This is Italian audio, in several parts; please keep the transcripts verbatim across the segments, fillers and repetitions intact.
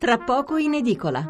Tra poco in edicola.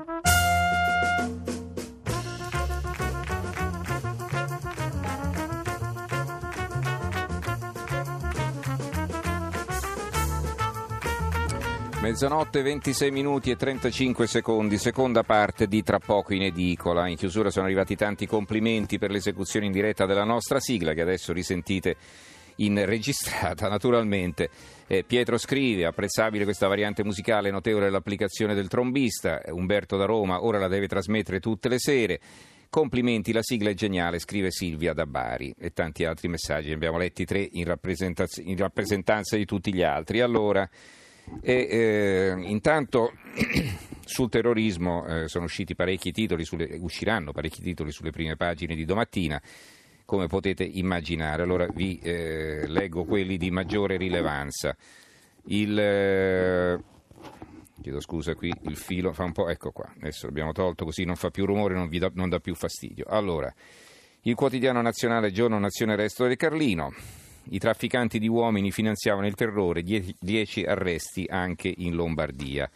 Mezzanotte, ventisei minuti e trentacinque secondi, seconda parte di Tra poco in edicola. In chiusura sono arrivati tanti complimenti per l'esecuzione in diretta della nostra sigla, che adesso risentite in registrata. Naturalmente eh, Pietro scrive: apprezzabile questa variante musicale, notevole l'applicazione del trombista. Umberto da Roma ora la deve trasmettere tutte le sere. Complimenti, la sigla è geniale, scrive Silvia da Bari. E tanti altri messaggi, ne abbiamo letti tre in, rappresentaz- in rappresentanza di tutti gli altri. Allora, E, eh, intanto sul terrorismo eh, sono usciti parecchi titoli, sulle, usciranno parecchi titoli sulle prime pagine di domattina, come potete immaginare. Allora vi eh, leggo quelli di maggiore rilevanza. Il eh, chiedo scusa, qui il filo fa un po', ecco qua, adesso l'abbiamo tolto così non fa più rumore, non vi dà, non dà più fastidio. Allora, il quotidiano nazionale, Giorno, Nazione, Resto del Carlino. I trafficanti di uomini finanziavano il terrore, dieci arresti anche in Lombardia.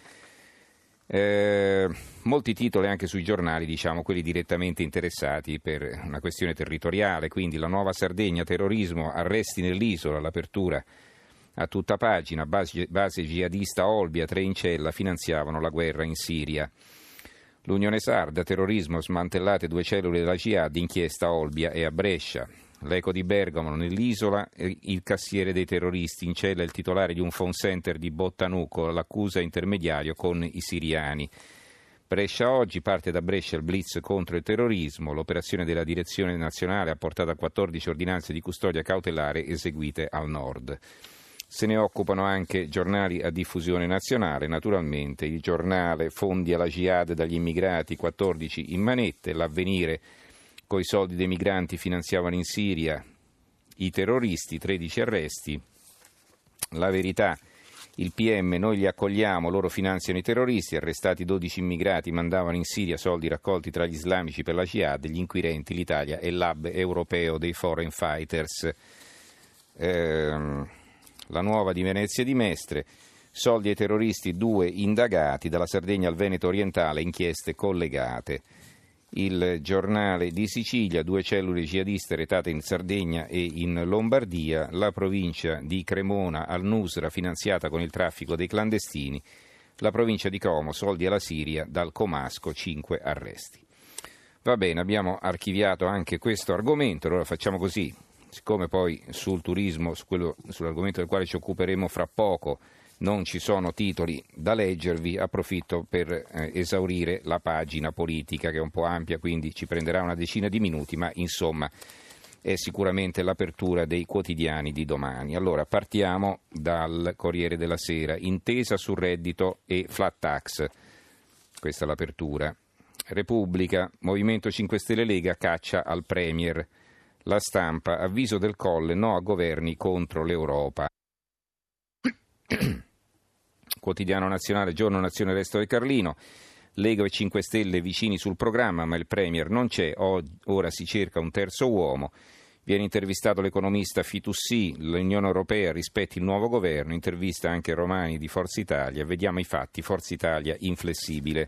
Eh, molti titoli anche sui giornali, diciamo quelli direttamente interessati per una questione territoriale, quindi la nuova Sardegna, terrorismo, arresti nell'isola, l'apertura a tutta pagina, base, base jihadista Olbia, tre in cella, finanziavano la guerra in Siria. L'Unione Sarda, terrorismo, smantellate due cellule della Jihad, inchiesta Olbia e a Brescia. L'Eco di Bergamo, nell'isola, il cassiere dei terroristi, in cella il titolare di un phone center di Bottanuco, l'accusa intermediario con i siriani. Brescia oggi, parte da Brescia il blitz contro il terrorismo, l'operazione della direzione nazionale ha portato a quattordici ordinanze di custodia cautelare eseguite al nord. Se ne occupano anche giornali a diffusione nazionale, naturalmente il giornale fondi alla Jihad dagli immigrati, quattordici in manette, l'Avvenire. Coi soldi dei migranti finanziavano in Siria i terroristi, tredici arresti. La Verità, il P M, noi li accogliamo, loro finanziano i terroristi, arrestati dodici immigrati, mandavano in Siria soldi raccolti tra gli islamici per la Jihad, gli inquirenti, l'Italia e l'hub europeo dei foreign fighters. Ehm, la Nuova di Venezia di Mestre, soldi ai terroristi, due indagati, dalla Sardegna al Veneto orientale, inchieste collegate. Il Giornale di Sicilia, due cellule jihadiste retate in Sardegna e in Lombardia, la provincia di Cremona al-Nusra finanziata con il traffico dei clandestini, la provincia di Como, soldi alla Siria, dal Comasco, cinque arresti. Va bene, abbiamo archiviato anche questo argomento, allora facciamo così, siccome poi sul turismo, su quello, sull'argomento del quale ci occuperemo fra poco, non ci sono titoli da leggervi, approfitto per eh, esaurire la pagina politica che è un po' ampia, quindi ci prenderà una decina di minuti, ma insomma è sicuramente l'apertura dei quotidiani di domani. Allora partiamo dal Corriere della Sera, intesa sul reddito e flat tax, questa è l'apertura. Repubblica, Movimento cinque Stelle Lega caccia al Premier. La Stampa, avviso del Colle, no a governi contro l'Europa. Quotidiano nazionale, Giorno, Nazione, Resto del Carlino. Lega e cinque Stelle vicini sul programma, ma il Premier non c'è, ora si cerca un terzo uomo. Viene intervistato l'economista Fitoussi, l'Unione Europea rispetti il nuovo governo, intervista anche Romani di Forza Italia, vediamo i fatti, Forza Italia inflessibile.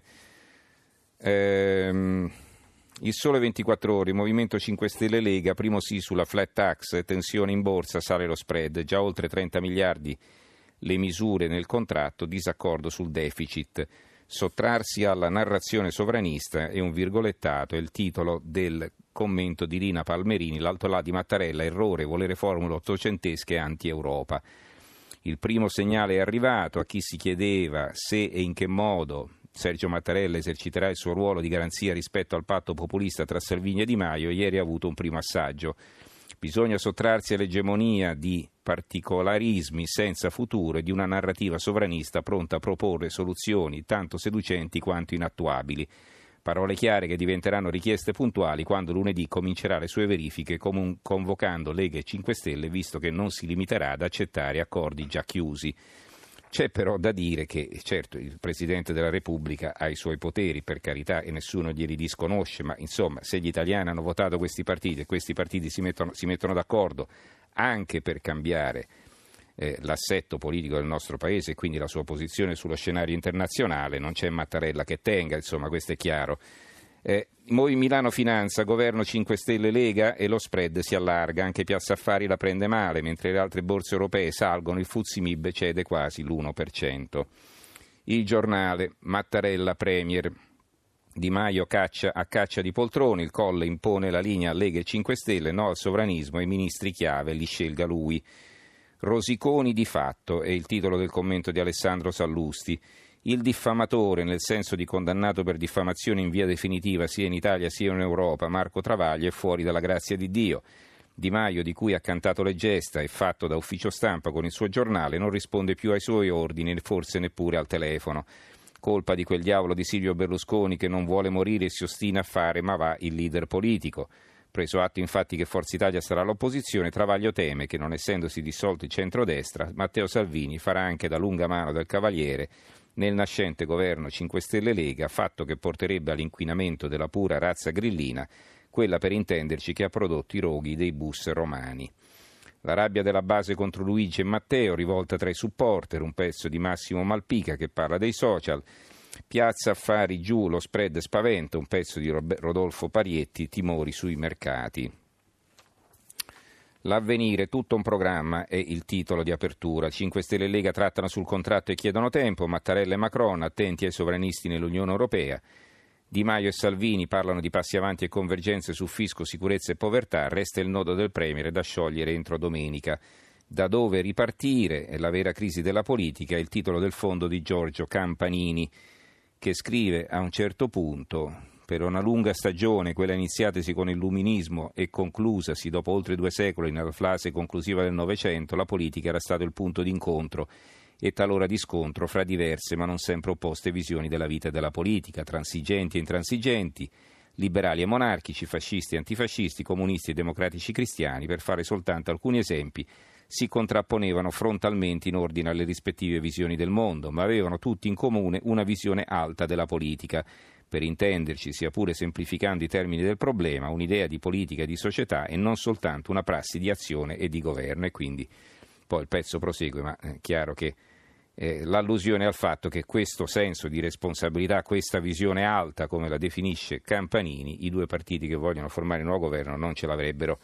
Ehm, il Sole ventiquattro Ore, Movimento cinque Stelle Lega, primo sì sulla flat tax, tensione in borsa, sale lo spread, già oltre trenta miliardi le misure nel contratto, disaccordo sul deficit. Sottrarsi alla narrazione sovranista è un virgolettato, è il titolo del commento di Rina Palmerini, l'alto là di Mattarella, errore volere formule ottocentesche anti-Europa. Il primo segnale è arrivato a chi si chiedeva se e in che modo Sergio Mattarella eserciterà il suo ruolo di garanzia rispetto al patto populista tra Salvini e Di Maio. Ieri ha avuto un primo assaggio. Bisogna sottrarsi all'egemonia di particolarismi senza futuro e di una narrativa sovranista pronta a proporre soluzioni tanto seducenti quanto inattuabili. Parole chiare che diventeranno richieste puntuali quando lunedì comincerà le sue verifiche comun- convocando Lega e cinque Stelle, visto che non si limiterà ad accettare accordi già chiusi. C'è però da dire che, certo, il Presidente della Repubblica ha i suoi poteri, per carità, e nessuno glieli disconosce, ma insomma, se gli italiani hanno votato questi partiti e questi partiti si mettono, si mettono d'accordo anche per cambiare eh, l'assetto politico del nostro paese e quindi la sua posizione sullo scenario internazionale. Non c'è Mattarella che tenga, insomma, questo è chiaro. Eh, Moi Milano Finanza, governo cinque Stelle Lega e lo spread si allarga, anche Piazza Affari la prende male, mentre le altre borse europee salgono, il F T S E M I B cede quasi l'uno per cento. Il Giornale, Mattarella Premier, Di Maio caccia, a caccia di poltroni, il Colle impone la linea Lega e cinque Stelle, no al sovranismo e ministri chiave li scelga lui. Rosiconi di fatto è il titolo del commento di Alessandro Sallusti. Il diffamatore, nel senso di condannato per diffamazione in via definitiva sia in Italia sia in Europa, Marco Travaglio, è fuori dalla grazia di Dio. Di Maio, di cui ha cantato le gesta e fatto da ufficio stampa con il suo giornale, non risponde più ai suoi ordini, forse neppure al telefono. Colpa di quel diavolo di Silvio Berlusconi che non vuole morire e si ostina a fare ma va il leader politico. Preso atto infatti che Forza Italia sarà all'opposizione, Travaglio teme che, non essendosi dissolto il centrodestra, Matteo Salvini farà anche da lunga mano del cavaliere nel nascente governo cinque Stelle Lega, fatto che porterebbe all'inquinamento della pura razza grillina, quella per intenderci che ha prodotto i roghi dei bus romani. La rabbia della base contro Luigi e Matteo, rivolta tra i supporter, un pezzo di Massimo Malpica che parla dei social. Piazza Affari giù, lo spread spaventa, un pezzo di Rodolfo Parietti, timori sui mercati. L'Avvenire, tutto un programma, è il titolo di apertura. cinque Stelle e Lega trattano sul contratto e chiedono tempo. Mattarella e Macron attenti ai sovranisti nell'Unione Europea. Di Maio e Salvini parlano di passi avanti e convergenze su fisco, sicurezza e povertà. Resta il nodo del Premier da sciogliere entro domenica. Da dove ripartire è la vera crisi della politica, è il titolo del fondo di Giorgio Campanini, che scrive a un certo punto: per una lunga stagione, quella iniziatasi con l'illuminismo e conclusasi dopo oltre due secoli nella fase conclusiva del Novecento, la politica era stato il punto d'incontro e talora di scontro fra diverse ma non sempre opposte visioni della vita e della politica, transigenti e intransigenti, liberali e monarchici, fascisti e antifascisti, comunisti e democratici cristiani, per fare soltanto alcuni esempi, si contrapponevano frontalmente in ordine alle rispettive visioni del mondo, ma avevano tutti in comune una visione alta della politica. Per intenderci, sia pure semplificando i termini del problema, un'idea di politica e di società e non soltanto una prassi di azione e di governo. E quindi poi il pezzo prosegue, ma è chiaro che eh, l'allusione al fatto che questo senso di responsabilità, questa visione alta, come la definisce Campanini, i due partiti che vogliono formare il nuovo governo non ce l'avrebbero.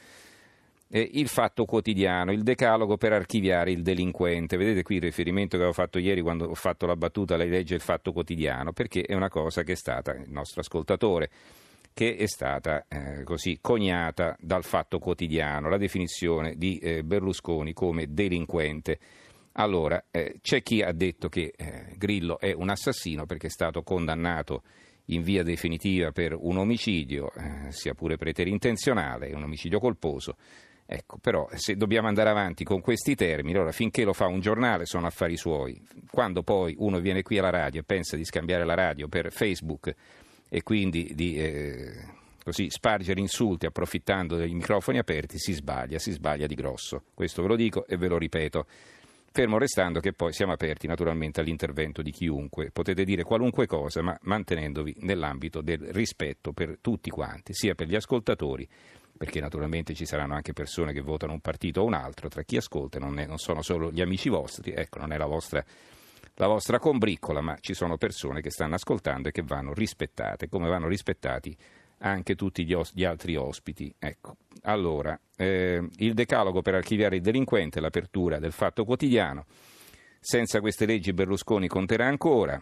Eh, il Fatto Quotidiano, il decalogo per archiviare il delinquente. Vedete qui il riferimento che avevo fatto ieri quando ho fatto la battuta, lei legge il Fatto Quotidiano, perché è una cosa che è stata, il nostro ascoltatore, che è stata eh, così coniata dal Fatto Quotidiano, la definizione di eh, Berlusconi come delinquente. Allora, eh, c'è chi ha detto che eh, Grillo è un assassino perché è stato condannato in via definitiva per un omicidio, eh, sia pure preterintenzionale, un omicidio colposo. Ecco, però se dobbiamo andare avanti con questi termini, allora finché lo fa un giornale sono affari suoi. Quando poi uno viene qui alla radio e pensa di scambiare la radio per Facebook e quindi di eh, così spargere insulti approfittando dei microfoni aperti, si sbaglia, si sbaglia di grosso. Questo ve lo dico e ve lo ripeto. Fermo restando che poi siamo aperti naturalmente all'intervento di chiunque, potete dire qualunque cosa, ma mantenendovi nell'ambito del rispetto per tutti quanti, sia per gli ascoltatori, perché naturalmente ci saranno anche persone che votano un partito o un altro, tra chi ascolta non, è, non sono solo gli amici vostri, ecco, non è la vostra, la vostra combriccola, ma ci sono persone che stanno ascoltando e che vanno rispettate, come vanno rispettati anche tutti gli, os- gli altri ospiti. Ecco. Allora, eh, il decalogo per archiviare il delinquente, l'apertura del Fatto Quotidiano. Senza queste leggi Berlusconi conterà ancora,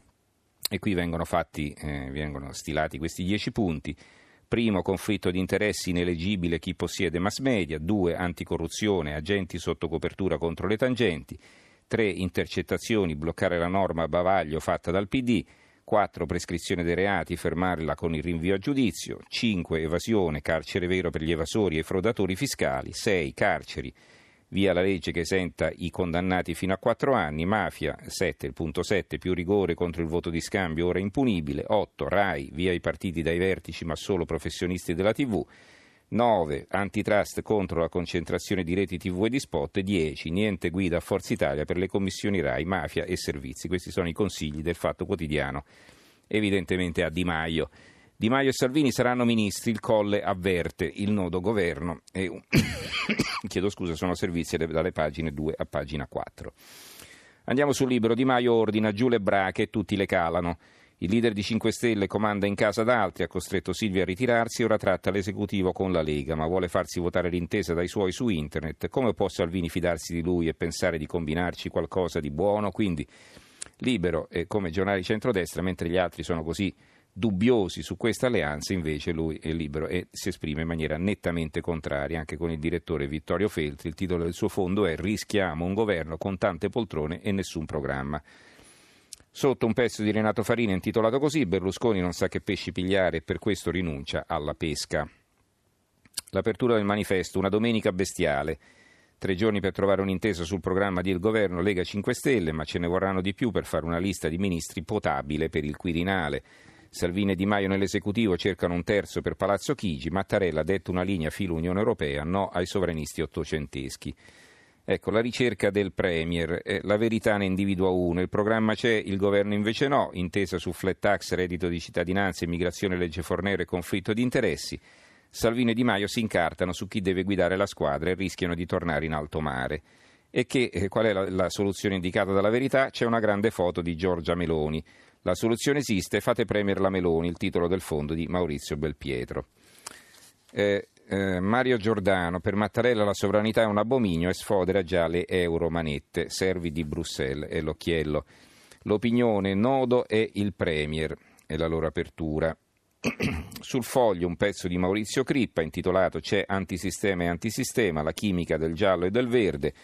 e qui vengono fatti, eh, vengono stilati questi dieci punti. Primo, conflitto di interessi ineleggibile chi possiede mass media. Due, anticorruzione, agenti sotto copertura contro le tangenti. Tre, intercettazioni, bloccare la norma bavaglio fatta dal P D. quattro. Prescrizione dei reati, fermarla con il rinvio a giudizio. cinque. Evasione, carcere vero per gli evasori e i frodatori fiscali. sei. Carceri, via la legge che esenta i condannati fino a quattro anni. Mafia, sette. Il punto sette. Più rigore contro il voto di scambio, ora impunibile. otto. Rai, via i partiti dai vertici ma solo professionisti della tivù. nove. Antitrust contro la concentrazione di reti tivù e di spot. dieci. Niente guida a Forza Italia per le commissioni Rai, mafia e servizi. Questi sono i consigli del Fatto Quotidiano, evidentemente a Di Maio. Di Maio e Salvini saranno ministri, il Colle avverte il nodo governo e chiedo scusa, sono servizi dalle pagine due a pagina quattro. Andiamo sul Libero. Di Maio ordina giù le brache e tutti le calano. Il leader di cinque Stelle comanda in casa da altri, ha costretto Silvio a ritirarsi e ora tratta l'esecutivo con la Lega, ma vuole farsi votare l'intesa dai suoi su internet. Come può Salvini fidarsi di lui e pensare di combinarci qualcosa di buono? Quindi Libero è come giornali di centrodestra, mentre gli altri sono così dubbiosi su questa alleanza, invece lui è libero e si esprime in maniera nettamente contraria, anche con il direttore Vittorio Feltri. Il titolo del suo fondo è "Rischiamo un governo con tante poltrone e nessun programma". Sotto un pezzo di Renato Farina intitolato così: Berlusconi non sa che pesci pigliare e per questo rinuncia alla pesca. L'apertura del Manifesto, una domenica bestiale. Tre giorni per trovare un'intesa sul programma di il governo Lega cinque Stelle, ma ce ne vorranno di più per fare una lista di ministri potabile per il Quirinale. Salvini e Di Maio nell'esecutivo cercano un terzo per Palazzo Chigi, Mattarella ha detto una linea filo Unione Europea, no ai sovranisti ottocenteschi. Ecco, la ricerca del Premier, eh, la verità ne individua uno, il programma c'è, il governo invece no, intesa su flat tax, reddito di cittadinanza, immigrazione, legge Fornero e conflitto di interessi. Salvini e Di Maio si incartano su chi deve guidare la squadra e rischiano di tornare in alto mare. E che, eh, qual è la, la soluzione indicata dalla verità? C'è una grande foto di Giorgia Meloni. La soluzione esiste, fate premier la Meloni, il titolo del fondo di Maurizio Belpietro. Eh, eh, Mario Giordano, per Mattarella la sovranità è un abominio e sfodera già le euromanette, servi di Bruxelles e l'occhiello. L'opinione, nodo è il premier, è la loro apertura. Sul Foglio un pezzo di Maurizio Crippa intitolato "C'è antisistema e antisistema, la chimica del giallo e del verde",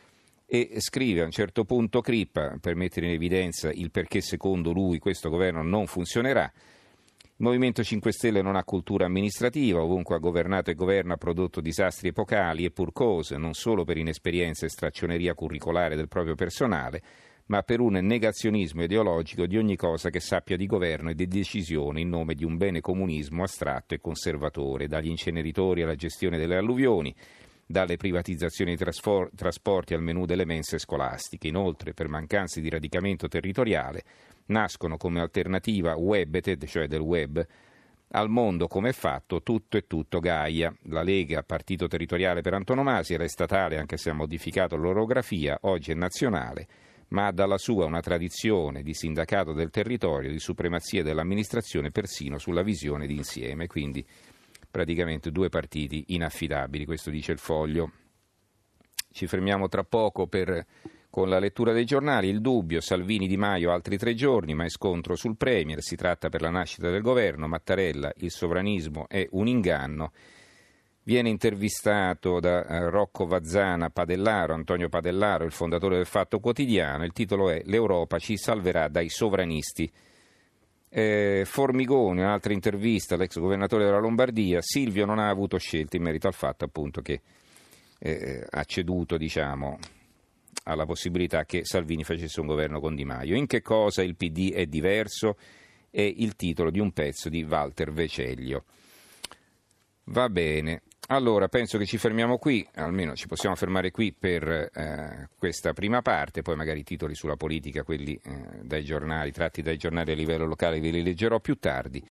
e scrive a un certo punto Crippa, per mettere in evidenza il perché secondo lui questo governo non funzionerà: il Movimento cinque Stelle non ha cultura amministrativa, ovunque ha governato e governa ha prodotto disastri epocali e pur cose, non solo per inesperienza e straccioneria curricolare del proprio personale, ma per un negazionismo ideologico di ogni cosa che sappia di governo e di decisione in nome di un bene comunismo astratto e conservatore, dagli inceneritori alla gestione delle alluvioni, dalle privatizzazioni dei trasfor- trasporti al menù delle mense scolastiche. Inoltre, per mancanza di radicamento territoriale, nascono come alternativa Webeted, cioè del web, al mondo come è fatto tutto e tutto Gaia. La Lega, partito territoriale per antonomasia, era statale anche se ha modificato l'orografia, oggi è nazionale, ma ha dalla sua una tradizione di sindacato del territorio, di supremazia dell'amministrazione persino sulla visione d'insieme, quindi praticamente due partiti inaffidabili, questo dice il Foglio. Ci fermiamo tra poco per, con la lettura dei giornali. Il Dubbio, Salvini Di Maio altri tre giorni, ma è scontro sul Premier, si tratta per la nascita del governo, Mattarella, il sovranismo è un inganno. Viene intervistato da eh, Rocco Vazzana Padellaro, Antonio Padellaro, il fondatore del Fatto Quotidiano, il titolo è "L'Europa ci salverà dai sovranisti". Eh, Formigoni, un'altra intervista all'ex governatore della Lombardia: Silvio non ha avuto scelte in merito al fatto appunto che eh, ha ceduto, diciamo, alla possibilità che Salvini facesse un governo con Di Maio. In che cosa il P D è diverso? È il titolo di un pezzo di Walter Veceglio. Va bene. Allora, penso che ci fermiamo qui, almeno ci possiamo fermare qui per eh, questa prima parte, poi magari i titoli sulla politica, quelli eh, dai giornali, tratti dai giornali a livello locale, ve li leggerò più tardi.